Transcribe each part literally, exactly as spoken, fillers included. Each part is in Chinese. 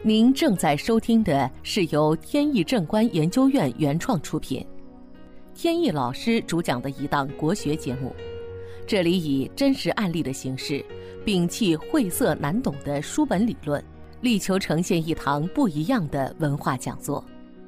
您正在收听的是由天意正观研究院原创出品，天意老师主讲的一档国学节目。这里以真实案例的形式，摒弃晦涩难懂的书本理论，力求呈现一堂不一样的文化讲座。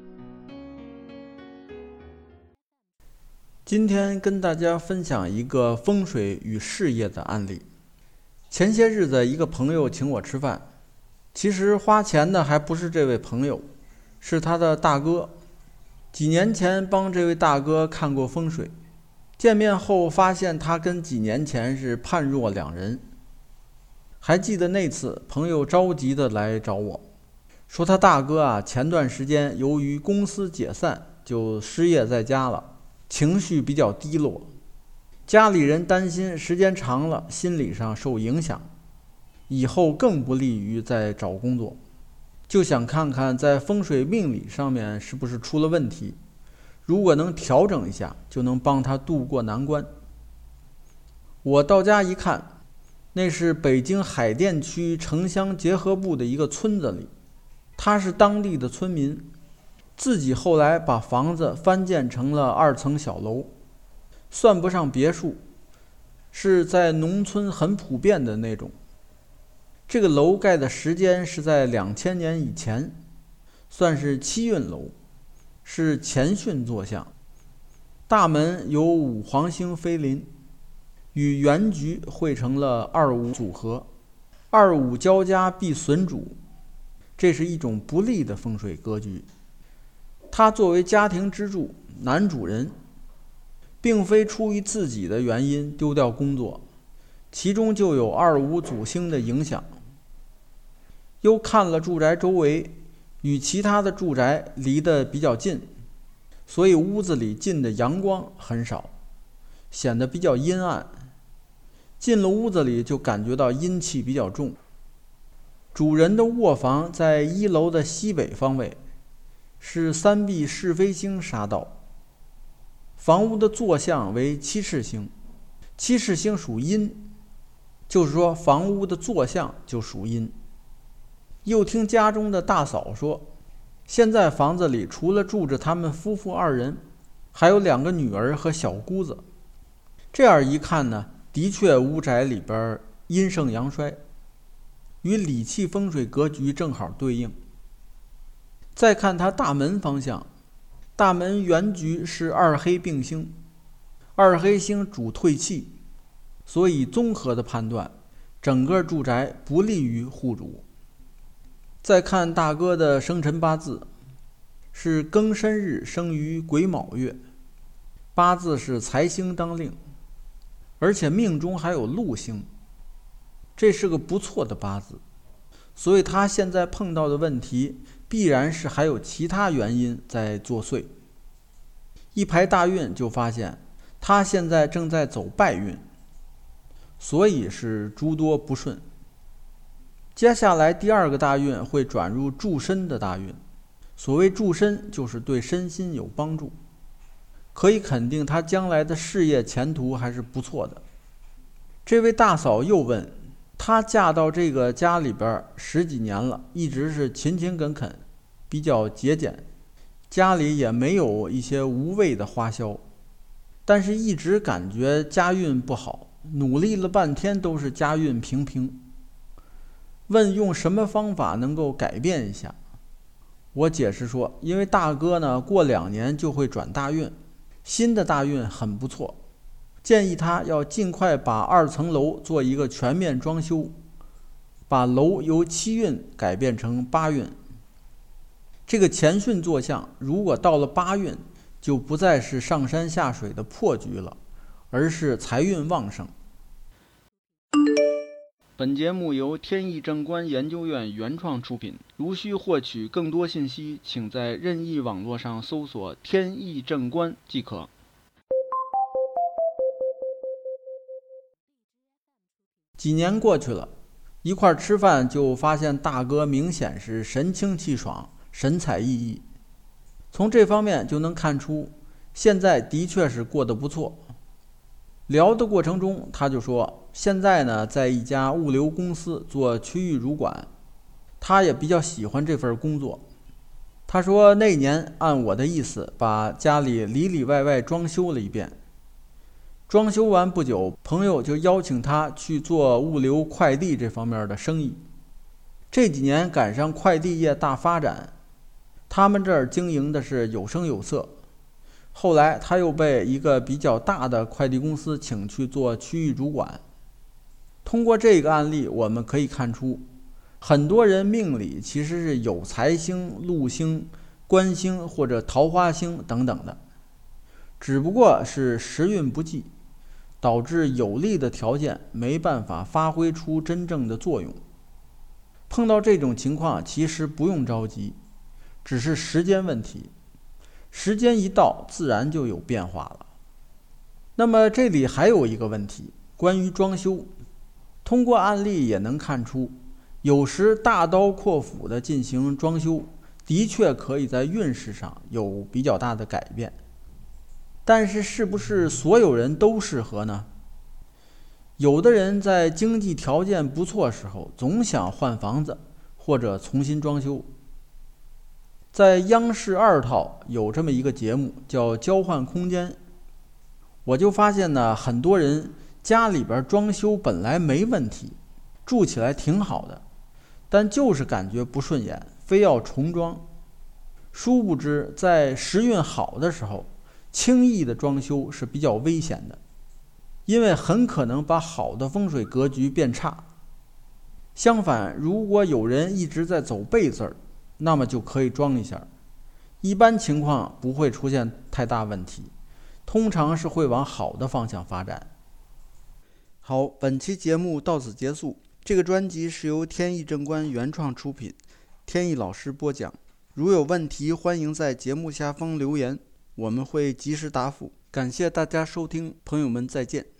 今天跟大家分享一个风水与事业的案例。前些日子一个朋友请我吃饭，其实花钱的还不是这位朋友，是他的大哥。几年前帮这位大哥看过风水，见面后发现他跟几年前是判若两人。还记得那次朋友着急的来找我，说他大哥啊，前段时间由于公司解散就失业在家了，情绪比较低落，家里人担心时间长了心理上受影响，以后更不利于再找工作，就想看看在风水命理上面是不是出了问题，如果能调整一下，就能帮他渡过难关。我到家一看，那是北京海淀区城乡结合部的一个村子里，他是当地的村民，自己后来把房子翻建成了二层小楼，算不上别墅，是在农村很普遍的那种。这个楼盖的时间是在两千年以前，算是七运楼，是前巽坐向，大门有五黄星飞临，与原局汇成了二五组合，二五交加必损主，这是一种不利的风水格局。他作为家庭支柱男主人，并非出于自己的原因丢掉工作，其中就有二五主星的影响。又看了住宅周围与其他的住宅离得比较近，所以屋子里进的阳光很少，显得比较阴暗。进了屋子里就感觉到阴气比较重。主人的卧房在一楼的西北方位，是三碧是非星杀到。房屋的坐向为七赤星，七赤星属阴，就是说房屋的坐向就属阴。又听家中的大嫂说，现在房子里除了住着他们夫妇二人，还有两个女儿和小姑子。这样一看呢，的确屋宅里边阴盛阳衰，与理气风水格局正好对应。再看他大门方向，大门原局是二黑并星，二黑星主退气，所以综合的判断，整个住宅不利于户主。再看大哥的生辰八字，是庚申日生于癸卯月，八字是财星当令，而且命中还有禄星，这是个不错的八字。所以他现在碰到的问题必然是还有其他原因在作祟。一排大运就发现他现在正在走败运，所以是诸多不顺。接下来第二个大运会转入助身的大运，所谓助身就是对身心有帮助，可以肯定他将来的事业前途还是不错的。这位大嫂又问，她嫁到这个家里边十几年了，一直是勤勤恳恳，比较节俭，家里也没有一些无谓的花销，但是一直感觉家运不好，努力了半天都是家运平平。问用什么方法能够改变一下？我解释说，因为大哥呢过两年就会转大运，新的大运很不错，建议他要尽快把二层楼做一个全面装修，把楼由七运改变成八运。这个前巽坐向如果到了八运，就不再是上山下水的破局了，而是财运旺盛。本节目由天意正观研究院原创出品，如需获取更多信息，请在任意网络上搜索天意正观即可。几年过去了，一块吃饭就发现大哥明显是神清气爽，神采奕奕。从这方面就能看出，现在的确是过得不错。聊的过程中，他就说现在呢在一家物流公司做区域主管， 他也比较喜欢这份工作。他说那年按我的意思把家里里里外外装修了一遍，装修完不久，朋友就邀请他去做物流快递这方面的生意。这几年赶上快递业大发展，他们这儿经营的是有声有色。后来他又被一个比较大的快递公司请去做区域主管。通过这个案例，我们可以看出，很多人命里其实是有财星、禄星、官星或者桃花星等等的，只不过是时运不济，导致有利的条件没办法发挥出真正的作用。碰到这种情况，其实不用着急，只是时间问题。时间一到，自然就有变化了。那么这里还有一个问题，关于装修，通过案例也能看出，有时大刀阔斧地进行装修，的确可以在运势上有比较大的改变。但是是不是所有人都适合呢？有的人在经济条件不错时候，总想换房子或者重新装修。在央视二套有这么一个节目叫《交换空间》，我就发现呢，很多人家里边装修本来没问题，住起来挺好的，但就是感觉不顺眼，非要重装。殊不知在时运好的时候，轻易的装修是比较危险的，因为很可能把好的风水格局变差。相反，如果有人一直在走背字儿，那么就可以装一下，一般情况不会出现太大问题，通常是会往好的方向发展。好，本期节目到此结束。这个专辑是由天意正观原创出品，天意老师播讲。如有问题，欢迎在节目下方留言，我们会及时答复。感谢大家收听，朋友们再见。